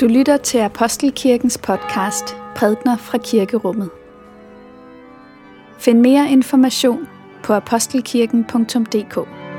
Du lytter til Apostelkirkens podcast Prædikener fra Kirkerummet. Find mere information på apostelkirken.dk.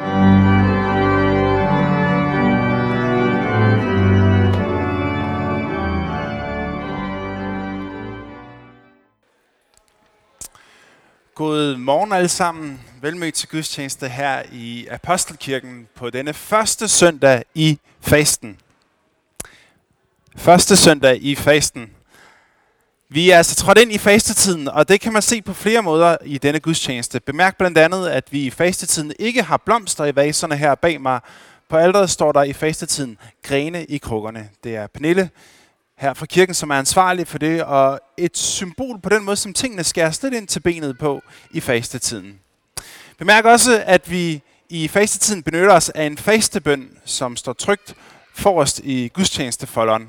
God morgen alle sammen. Velmødt til gudstjeneste her i Apostelkirken på denne første søndag i fasten. Første søndag i fasten. Vi er altså trådt ind i fastetiden, og det kan man se på flere måder i denne gudstjeneste. Bemærk blandt andet, at vi i fastetiden ikke har blomster i vaserne her bag mig. På alteret står der i fastetiden grene i krukkerne. Det er Pernille her fra kirken, som er ansvarlig for det, og et symbol på den måde, som tingene skæres lidt ind til benet på i fastetiden. Bemærk også, at vi i fastetiden benytter os af en fastebøn, som står trykt forrest i gudstjenestefolderen.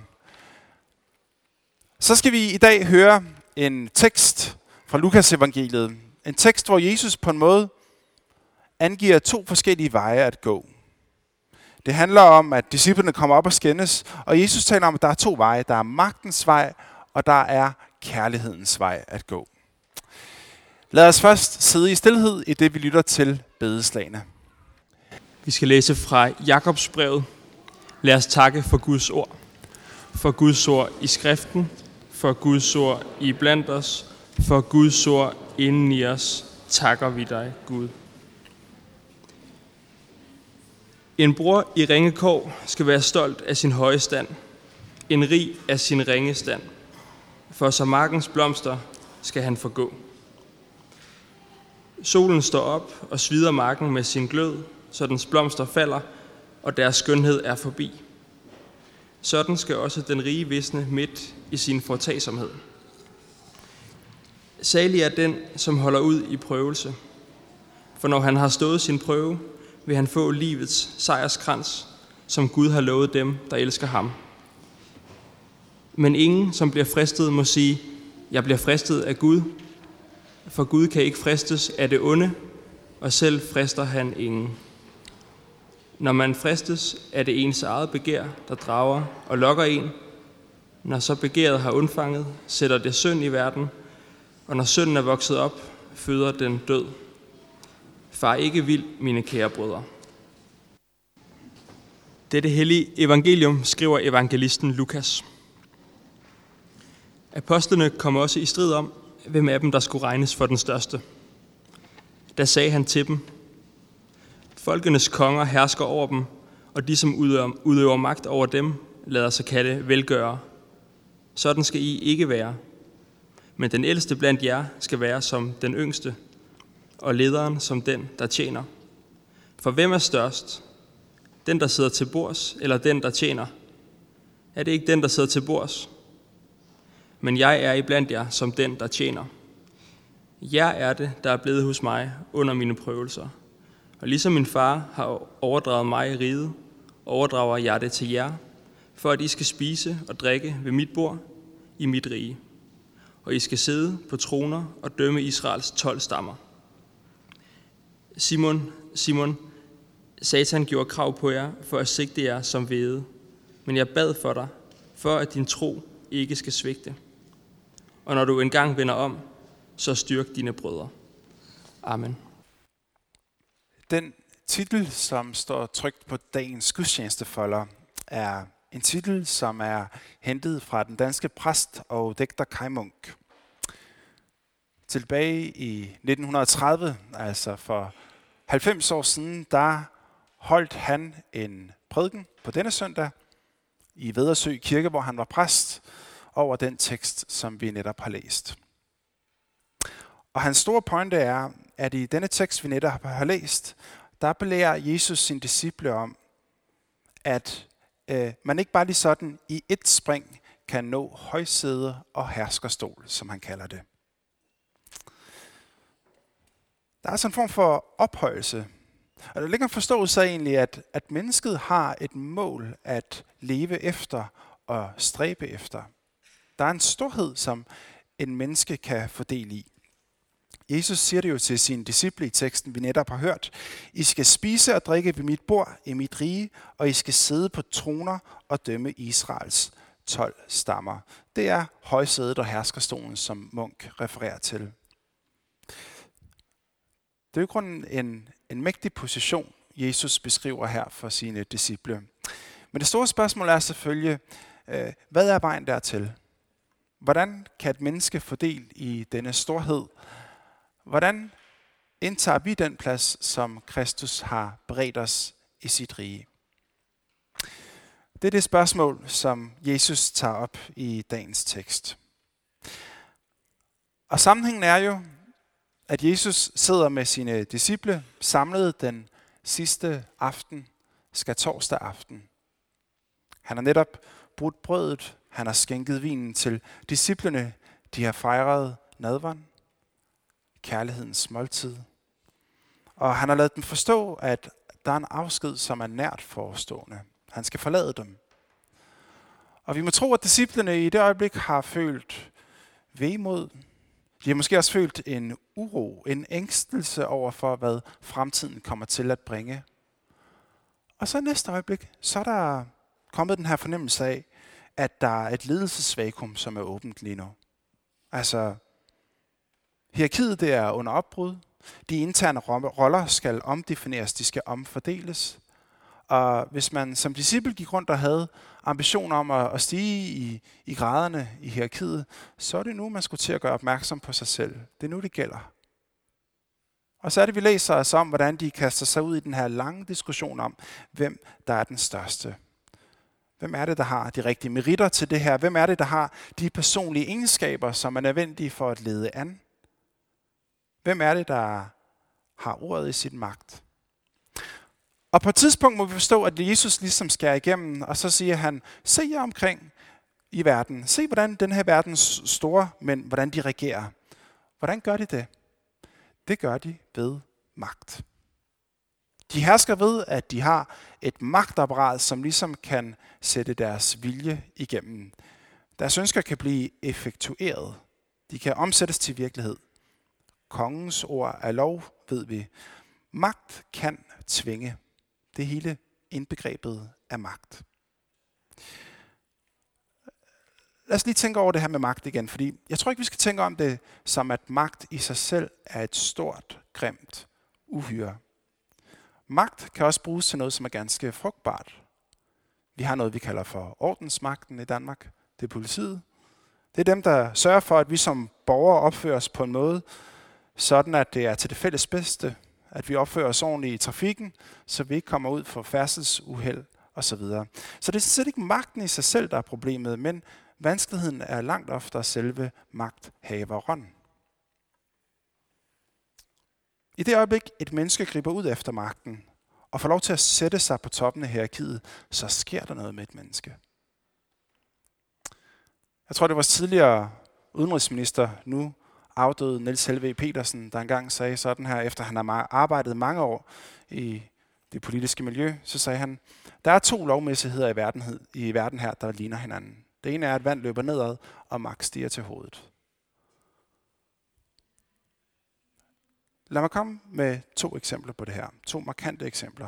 Så skal vi i dag høre en tekst fra Lukas evangeliet. En tekst, hvor Jesus på en måde angiver to forskellige veje at gå. Det handler om, at disciplene kommer op og skændes, og Jesus taler om, at der er to veje. Der er magtens vej, og der er kærlighedens vej at gå. Lad os først sidde i stilhed i det, vi lytter til bedeslagene. Vi skal læse fra Jakobsbrevet. Lad os takke for Guds ord. For Guds ord i skriften, for Guds ord i blandt os, for Guds ord inden i os, takker vi dig, Gud. En bror i ringe kår skal være stolt af sin høje stand, en rig af sin ringe stand, for så markens blomster skal han forgå. Solen står op og svider marken med sin glød, så dens blomster falder, og deres skønhed er forbi. Sådan skal også den rige visne midt i sin foretagsomhed. Salig er den, som holder ud i prøvelse, for når han har stået sin prøve, vil han få livets sejrskrans, som Gud har lovet dem, der elsker ham. Men ingen, som bliver fristet, må sige, jeg bliver fristet af Gud, for Gud kan ikke fristes af det onde, og selv frister han ingen. Når man fristes, er det ens eget begær, der drager og lokker en. Når så begæret har undfanget, sætter det synd i verden, og når synden er vokset op, føder den død. Far ikke vild, mine kære brødre. Dette hellige evangelium skriver evangelisten Lukas. Apostlene kom også i strid om, hvem af dem der skulle regnes for den største. Da sagde han til dem, folkenes konger hersker over dem, og de, som udøver magt over dem, lader sig kalde velgørere. Sådan skal I ikke være. Men den ældste blandt jer skal være som den yngste, og lederen som den, der tjener. For hvem er størst? Den, der sidder til bords, eller den, der tjener? Er det ikke den, der sidder til bords? Men jeg er iblandt jer som den, der tjener. Jeg er det, der er blevet hos mig under mine prøvelser. Og ligesom min far har overdraget mig i riget, overdrager jeg det til jer, for at I skal spise og drikke ved mit bord i mit rige. Og I skal sidde på troner og dømme Israels 12 stammer. Simon, Simon, Satan gjorde krav på jer for at sigte jer som hvede, men jeg bad for dig, for at din tro ikke skal svigte. Og når du engang vender om, så styrk dine brødre. Amen. Den titel, som står trykt på dagens gudstjenestefolder, er en titel, som er hentet fra den danske præst og digter Kaj Munk. Tilbage i 1930, altså for 90 år siden, der holdt han en prædiken på denne søndag i Vedersø Kirke, hvor han var præst, over den tekst, som vi netop har læst. Og hans store pointe er, at i denne tekst, vi netop har læst, der belærer Jesus sine disciple om, at man ikke bare lige sådan i et spring kan nå højsæde og herskerstol, som han kalder det. Der er sådan en form for ophøjelse. Og der ligger en forståelse af egentlig, at mennesket har et mål at leve efter og stræbe efter. Der er en storhed, som en menneske kan få del i. Jesus siger det jo til sine disciple i teksten, vi netop har hørt. I skal spise og drikke ved mit bord i mit rige, og I skal sidde på troner og dømme Israels 12 stammer. Det er højsædet og herskerstolen, som Munk refererer til. Det er jo i grunden en mægtig position, Jesus beskriver her for sine disciple. Men det store spørgsmål er selvfølgelig, hvad er vejen dertil? Hvordan kan et menneske få del i denne storhed? Hvordan indtager vi den plads, som Kristus har beredt os i sit rige? Det er det spørgsmål, som Jesus tager op i dagens tekst. Og sammenhængen er jo, at Jesus sidder med sine disciple samlet den sidste aften, skærtorsdag aften. Han har netop brudt brødet, han har skænket vinen til disciplene, de har fejret nadveren, kærlighedens måltid. Og han har ladet dem forstå, at der er en afsked, som er nært forestående. Han skal forlade dem. Og vi må tro, at disciplene i det øjeblik har følt vemod. De har måske også følt en uro, en ængstelse over for, hvad fremtiden kommer til at bringe. Og så næste øjeblik, så er der kommet den her fornemmelse af, at der er et ledelsesvakuum, som er åbent lige nu. Altså, hierarkiet det er under opbrud. De interne roller skal omdefineres, de skal omfordeles. Og hvis man som disciple gik rundt og havde ambitioner om at stige i graderne i hierarkiet, så er det nu, man skulle til at gøre opmærksom på sig selv. Det er nu, det gælder. Og så er det, vi læser os om, hvordan de kaster sig ud i den her lange diskussion om, hvem der er den største. Hvem er det, der har de rigtige meritter til det her? Hvem er det, der har de personlige egenskaber, som er nødvendige for at lede an? Hvem er det, der har ordet i sin magt? Og på et tidspunkt må vi forstå, at Jesus ligesom skærer igennem, og så siger han, se jer omkring i verden. Se, hvordan den her verdens store mænd, hvordan de regerer. Hvordan gør de det? Det gør de ved magt. De hersker ved, at de har et magtapparat, som ligesom kan sætte deres vilje igennem. Deres ønsker kan blive effektueret. De kan omsættes til virkelighed. Kongens ord er lov, ved vi. Magt kan tvinge. Det er hele indbegrebet af magt. Lad os lige tænke over det her med magt igen, fordi jeg tror ikke, vi skal tænke om det som, at magt i sig selv er et stort, grimt uhyre. Magt kan også bruges til noget, som er ganske frugtbart. Vi har noget, vi kalder for ordensmagten i Danmark. Det er politiet. Det er dem, der sørger for, at vi som borgere opfører os på en måde, sådan at det er til det fælles bedste, at vi opfører os ordentligt i trafikken, så vi ikke kommer ud for færdselsuheld osv. Så det er slet ikke magten i sig selv, der er problemet, men vanskeligheden er langt oftere selve magthaveren. I det øjeblik, et menneske griber ud efter magten og får lov til at sætte sig på toppen af hierarkiet, så sker der noget med et menneske. Jeg tror, det var tidligere udenrigsminister, nu afdøde Niels Helveg Petersen, der engang sagde sådan her, efter han har arbejdet mange år i det politiske miljø, så sagde han, der er 2 lovmæssigheder i verden her, der ligner hinanden. Det ene er, at vand løber nedad, og magt stiger til hovedet. Lad mig komme med 2 eksempler på det her. 2 markante eksempler.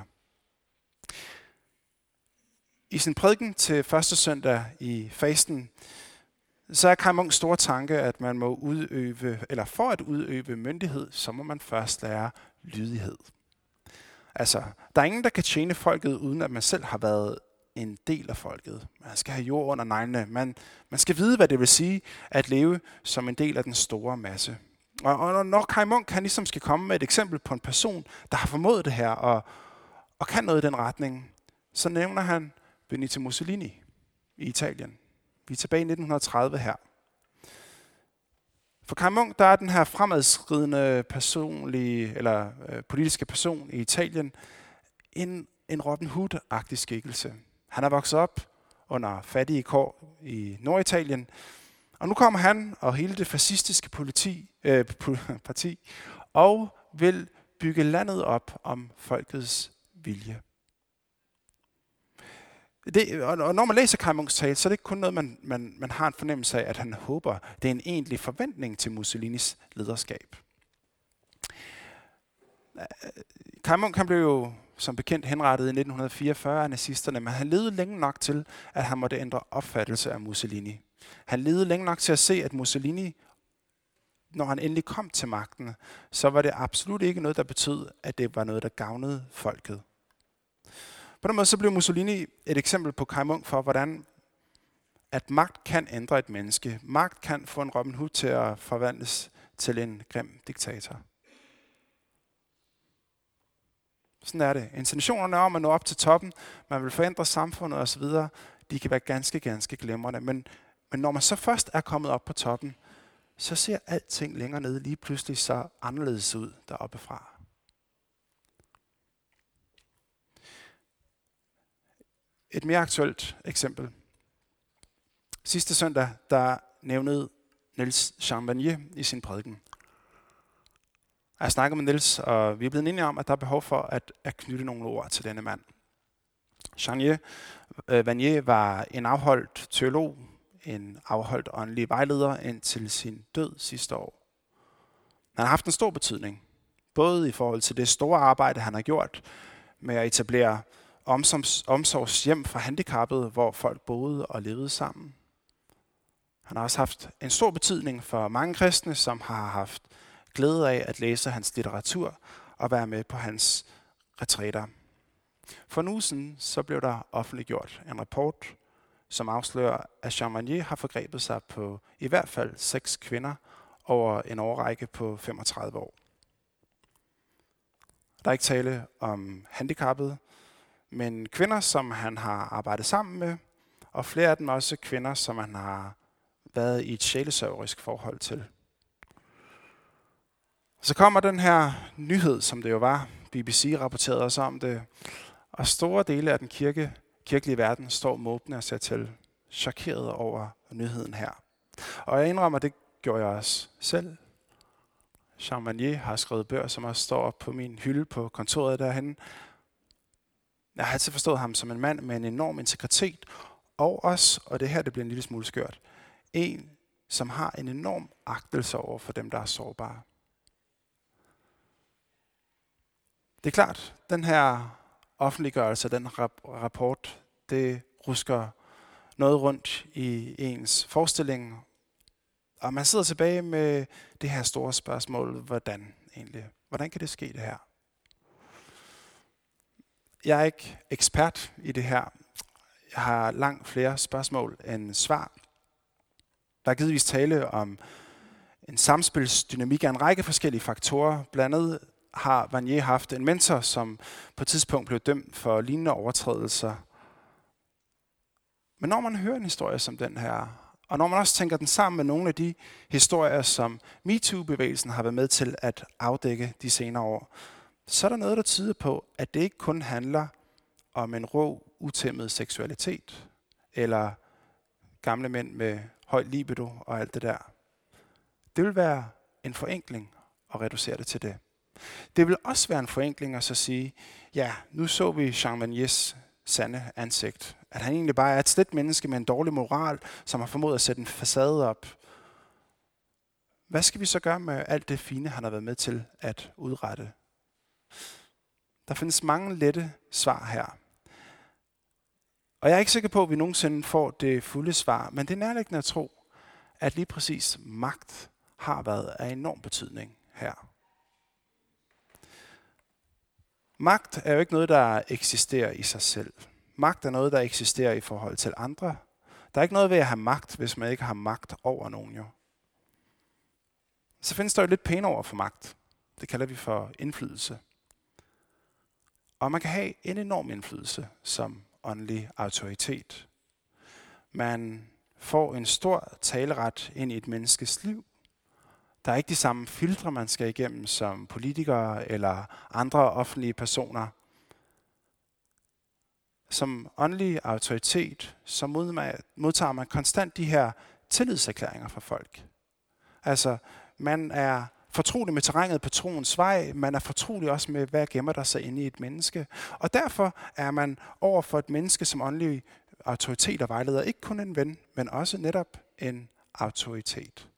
I sin prædiken til første søndag i fasten, så er Kaj Munks store tanke, at man må for at udøve myndighed, så må man først lære lydighed. Altså, der er ingen, der kan tjene folket, uden at man selv har været en del af folket. Man skal have jord under neglene. Man skal vide, hvad det vil sige at leve som en del af den store masse. Og når Kaj Munk ligesom skal komme med et eksempel på en person, der har formået det her og kan noget i den retning, så nævner han Benito Mussolini i Italien. Vi er tilbage i 1930 her. For Kaj Munk, der er den her fremadskridende politiske person i Italien en Robin Hood-agtig skikkelse. Han er vokset op under fattige kår i Norditalien, og nu kommer han og hele det fascistiske parti og vil bygge landet op om folkets vilje. Og når man læser Kaj Munks tale, så er det ikke kun noget, man har en fornemmelse af, at han håber. Det er en egentlig forventning til Mussolinis lederskab. Kaj Munk, han blev jo som bekendt henrettet i 1944 af nazisterne, men han levede længe nok til, at han måtte ændre opfattelse af Mussolini. Han levede længe nok til at se, at Mussolini, når han endelig kom til magten, så var det absolut ikke noget, der betød, at det var noget, der gavnede folket. På den måde så blev Mussolini et eksempel på Kaj Munk for, hvordan at magt kan ændre et menneske. Magt kan få en Robin Hood til at forvandles til en grim diktator. Sådan er det. Intentionerne om at nå op til toppen, man vil forændre samfundet osv., de kan være ganske, ganske glimrende. Men når man så først er kommet op på toppen, så ser alting længere nede lige pludselig så anderledes ud deroppe fra. Et mere aktuelt eksempel. Sidste søndag, der nævnede Niels Jean Vanier i sin prædiken. Jeg snakkede med Niels, og vi er blevet enige om, at der er behov for at knytte nogle ord til denne mand. Jean Vanier var en afholdt teolog, en afholdt åndelig vejleder indtil sin død sidste år. Han har haft en stor betydning, både i forhold til det store arbejde, han har gjort med at etablere omsorgshjem for handicappede, hvor folk boede og levede sammen. Han har også haft en stor betydning for mange kristne, som har haft glæde af at læse hans litteratur og være med på hans retræter. For en uge siden så blev der offentliggjort en rapport, som afslører, at Jean Vanier har forgrebet sig på i hvert fald 6 kvinder over en årrække på 35 år. Der er ikke tale om handicappede, men kvinder, som han har arbejdet sammen med, og flere af dem også kvinder, som han har været i et sjælesørgerisk forhold til. Så kommer den her nyhed, som det jo var. BBC rapporterede også om det, og store dele af den kirkelige verden står måbende og ser til, chokeret over nyheden her. Og jeg indrømmer, det gjorde jeg også selv. Jean Vanier har skrevet bøger, som også står på min hylde på kontoret derhenne. Jeg har altid forstået ham som en mand med en enorm integritet, og også, og det her det bliver en lille smule skørt, en, som har en enorm agtelse over for dem, der er sårbare. Det er klart, den her offentliggørelse, den rapport, det rusker noget rundt i ens forestilling. Og man sidder tilbage med det her store spørgsmål, hvordan egentlig? Hvordan kan det ske det her? Jeg er ikke ekspert i det her. Jeg har langt flere spørgsmål end svar. Der er givetvis tale om en samspilsdynamik af en række forskellige faktorer. Blandt andet har Vanier haft en mentor, som på et tidspunkt blev dømt for lignende overtrædelser. Men når man hører en historie som den her, og når man også tænker den sammen med nogle af de historier, som MeToo-bevægelsen har været med til at afdække de senere år, så er der noget, der tyder på, at det ikke kun handler om en rå, utæmmet seksualitet, eller gamle mænd med høj libido og alt det der. Det vil være en forenkling at reducere det til det. Det vil også være en forenkling at så sige, ja, nu så vi Jean Vaniers sande ansigt. At han egentlig bare er et slet menneske med en dårlig moral, som har formået at sætte en facade op. Hvad skal vi så gøre med alt det fine, han har været med til at udrette? Der findes mange lette svar her. Og jeg er ikke sikker på, at vi nogensinde får det fulde svar, men det er nærliggende at tro, at lige præcis magt har været af enorm betydning her. Magt er jo ikke noget, der eksisterer i sig selv. Magt er noget, der eksisterer i forhold til andre. Der er ikke noget ved at have magt, hvis man ikke har magt over nogen jo. Så findes der jo lidt pæne over for magt. Det kalder vi for indflydelse. Og man kan have en enorm indflydelse som åndelig autoritet. Man får en stor taleret ind i et menneskes liv. Der er ikke de samme filtre, man skal igennem som politikere eller andre offentlige personer. Som åndelig autoritet, så modtager man konstant de her tillidserklæringer fra folk. Altså, man er fortrolig med terrænet på troens vej, man er fortrolig også med, hvad gemmer der sig inde i et menneske. Og derfor er man over for et menneske som åndelig autoritet og vejleder ikke kun en ven, men også netop en autoritet.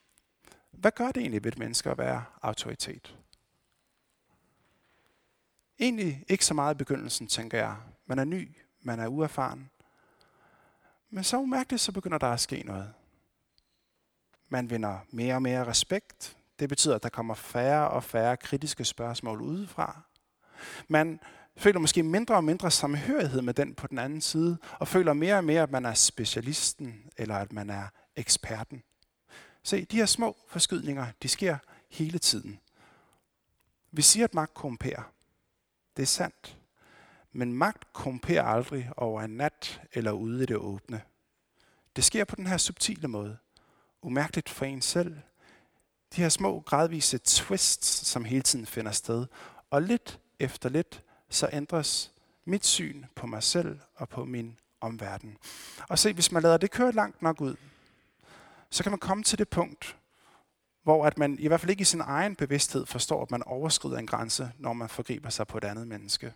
Hvad gør det egentlig ved et menneske at være autoritet? Egentlig ikke så meget i begyndelsen, tænker jeg. Man er ny, man er uerfaren. Men så umærkeligt, så begynder der at ske noget. Man vinder mere og mere respekt. Det betyder, at der kommer færre og færre kritiske spørgsmål udefra. Man føler måske mindre og mindre samhørighed med den på den anden side, og føler mere og mere, at man er specialisten, eller at man er eksperten. Se, de her små forskydninger, de sker hele tiden. Vi siger, at magt korrumperer. Det er sandt. Men magt korrumperer aldrig over en nat eller ude i det åbne. Det sker på den her subtile måde. Umærkeligt for en selv. De her små gradvise twists, som hele tiden finder sted. Og lidt efter lidt, så ændres mit syn på mig selv og på min omverden. Og se, hvis man lader det køre langt nok ud, så kan man komme til det punkt, hvor at man i hvert fald ikke i sin egen bevidsthed forstår, at man overskrider en grænse, når man forgriber sig på et andet menneske.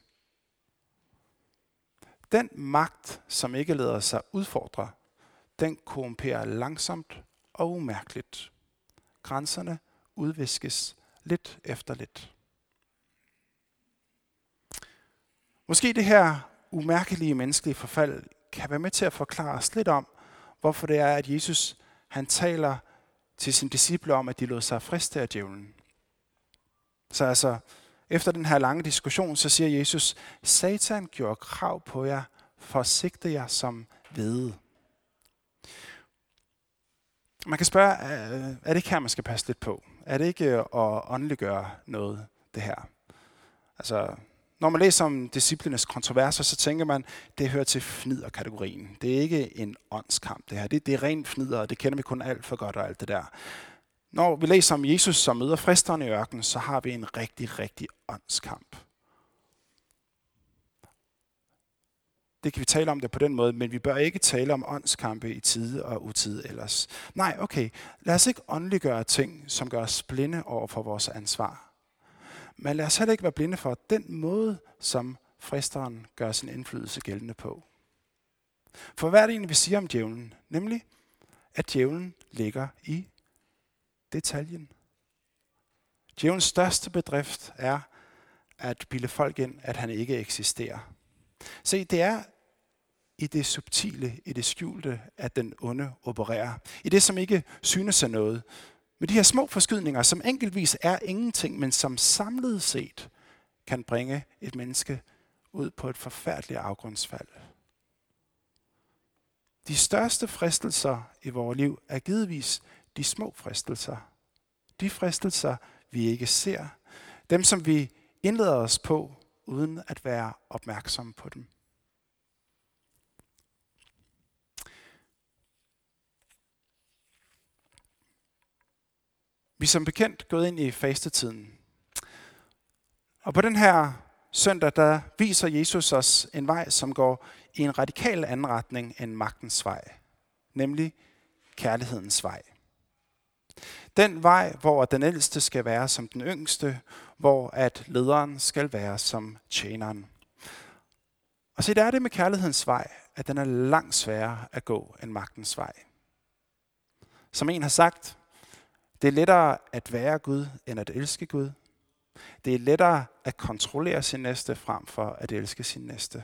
Den magt, som ikke lader sig udfordre, den korrumperer langsomt og umærkeligt. Grænserne udviskes lidt efter lidt. Måske det her umærkelige menneskelige forfald kan være med til at forklare os lidt om, hvorfor det er, at Jesus han taler til sine disciple om, at de lod sig friste af djævlen. Så altså, efter den her lange diskussion, så siger Jesus, Satan gjorde krav på jer, for at sigte jer som hvede. Man kan spørge, er det ikke her, man skal passe lidt på? Er det ikke at åndeliggøre noget, det her? Altså, når man læser om disciplenes kontroverser, så tænker man, det hører til fnidderkategorien. Det er ikke en åndskamp, det her. Det er rent fnidder, og det kender vi kun alt for godt og alt det der. Når vi læser om Jesus, som møder fristeren i ørkenen, så har vi en rigtig, rigtig åndskamp. Det kan vi tale om det på den måde, men vi bør ikke tale om åndskampe i tide og utide ellers. Nej, okay, lad os ikke åndeliggøre ting, som gør os blinde over for vores ansvar. Men lad os heller ikke være blinde for den måde, som fristeren gør sin indflydelse gældende på. For hvad er det egentlig, vi siger om djævlen? Nemlig, at djævlen ligger i detaljen. Djævelens største bedrift er at bilde folk ind, at han ikke eksisterer. Se, det er i det subtile, i det skjulte, at den onde opererer. I det, som ikke synes af noget. Med de her små forskydninger, som enkeltvis er ingenting, men som samlet set kan bringe et menneske ud på et forfærdeligt afgrundsfald. De største fristelser i vores liv er givetvis de små fristelser. De fristelser, vi ikke ser. Dem, som vi indlader os på, uden at være opmærksomme på dem. Vi er som bekendt gået ind i fastetiden. Og på den her søndag, der viser Jesus os en vej, som går i en radikal anden retning end magtens vej. Nemlig kærlighedens vej. Den vej, hvor den ældste skal være som den yngste, hvor at lederen skal være som tjeneren. Og så der er det med kærlighedens vej, at den er langt sværere at gå end magtens vej. Som en har sagt, det er lettere at være Gud, end at elske Gud. Det er lettere at kontrollere sin næste, frem for at elske sin næste.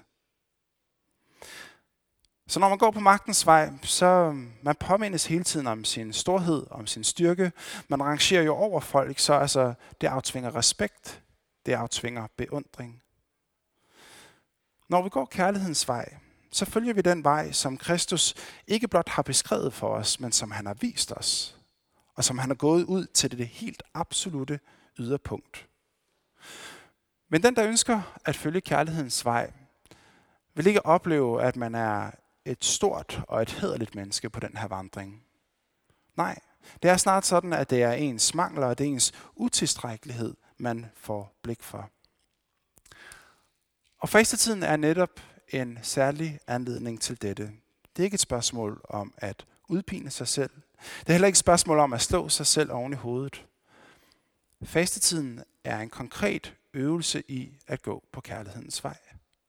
Så når man går på magtens vej, så man påmindes hele tiden om sin storhed, om sin styrke. Man rangerer jo over folk, så altså, det aftvinger respekt, det aftvinger beundring. Når vi går kærlighedens vej, så følger vi den vej, som Kristus ikke blot har beskrevet for os, men som han har vist os. Og som han har gået ud til det helt absolute yderpunkt. Men den, der ønsker at følge kærlighedens vej, vil ikke opleve, at man er et stort og et hæderligt menneske på den her vandring. Nej, det er snart sådan, at det er ens mangler og det er ens utilstrækkelighed, man får blik for. Og fastetiden er netop en særlig anledning til dette. Det er ikke et spørgsmål om at udpine sig selv. Det er heller ikke et spørgsmål om at slå sig selv oven i hovedet. Fastetiden er en konkret øvelse i at gå på kærlighedens vej.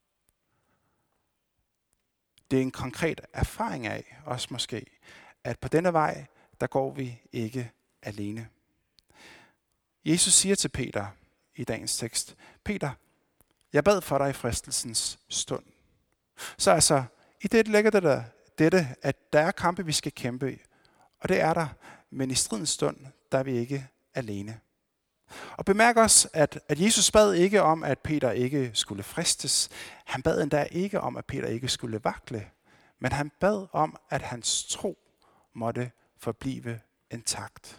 Det er en konkret erfaring af, også måske, at på denne vej, der går vi ikke alene. Jesus siger til Peter i dagens tekst, Peter, Jeg bad for dig i fristelsens stund. Så altså, i det ligger dette, at der er kampe, vi skal kæmpe i. Og det er der, men i stridens stund, der er vi ikke alene. Og bemærk også, at Jesus bad ikke om, at Peter ikke skulle fristes. Han bad endda ikke om, at Peter ikke skulle vakle. Men han bad om, at hans tro måtte forblive intakt.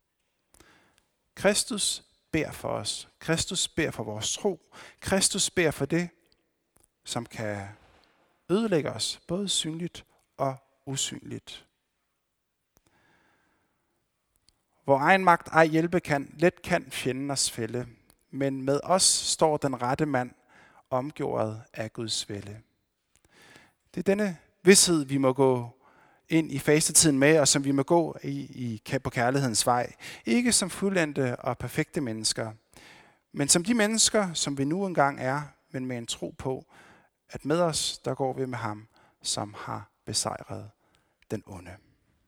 Kristus beder for os. Kristus beder for vores tro. Kristus beder for det, som kan ødelægge os, både synligt og usynligt. Vor egen magt ej hjælpe kan, let kan fjenden os fælde, men med os står den rette mand, omgjort af Guds vælde. Det er denne vished, vi må gå ind i fastetiden med, og som vi må gå på kærlighedens vej. Ikke som fuldendte og perfekte mennesker, men som de mennesker, som vi nu engang er, men med en tro på, at med os, der går vi med ham, som har besejret den onde.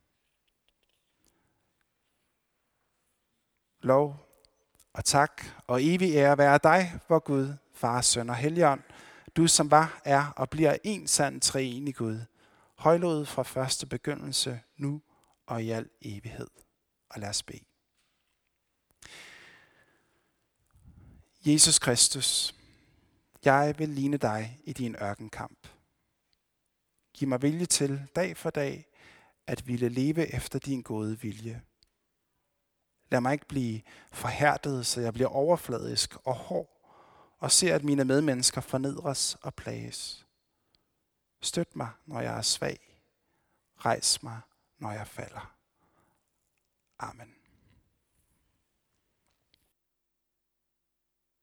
Lov og tak og evig ære være dig, vor Gud, Far, Søn og Helligånd, du som var, er og bliver en sand treenig Gud, højlovet fra første begyndelse, nu og i al evighed. Og lad os bede. Jesus Kristus, jeg vil ligne dig i din ørkenkamp. Giv mig vilje til dag for dag at ville leve efter din gode vilje. Lad mig ikke blive forhærdet, så jeg bliver overfladisk og hård, og ser, at mine medmennesker fornedres og plages. Støt mig, når jeg er svag. Rejs mig, når jeg falder. Amen.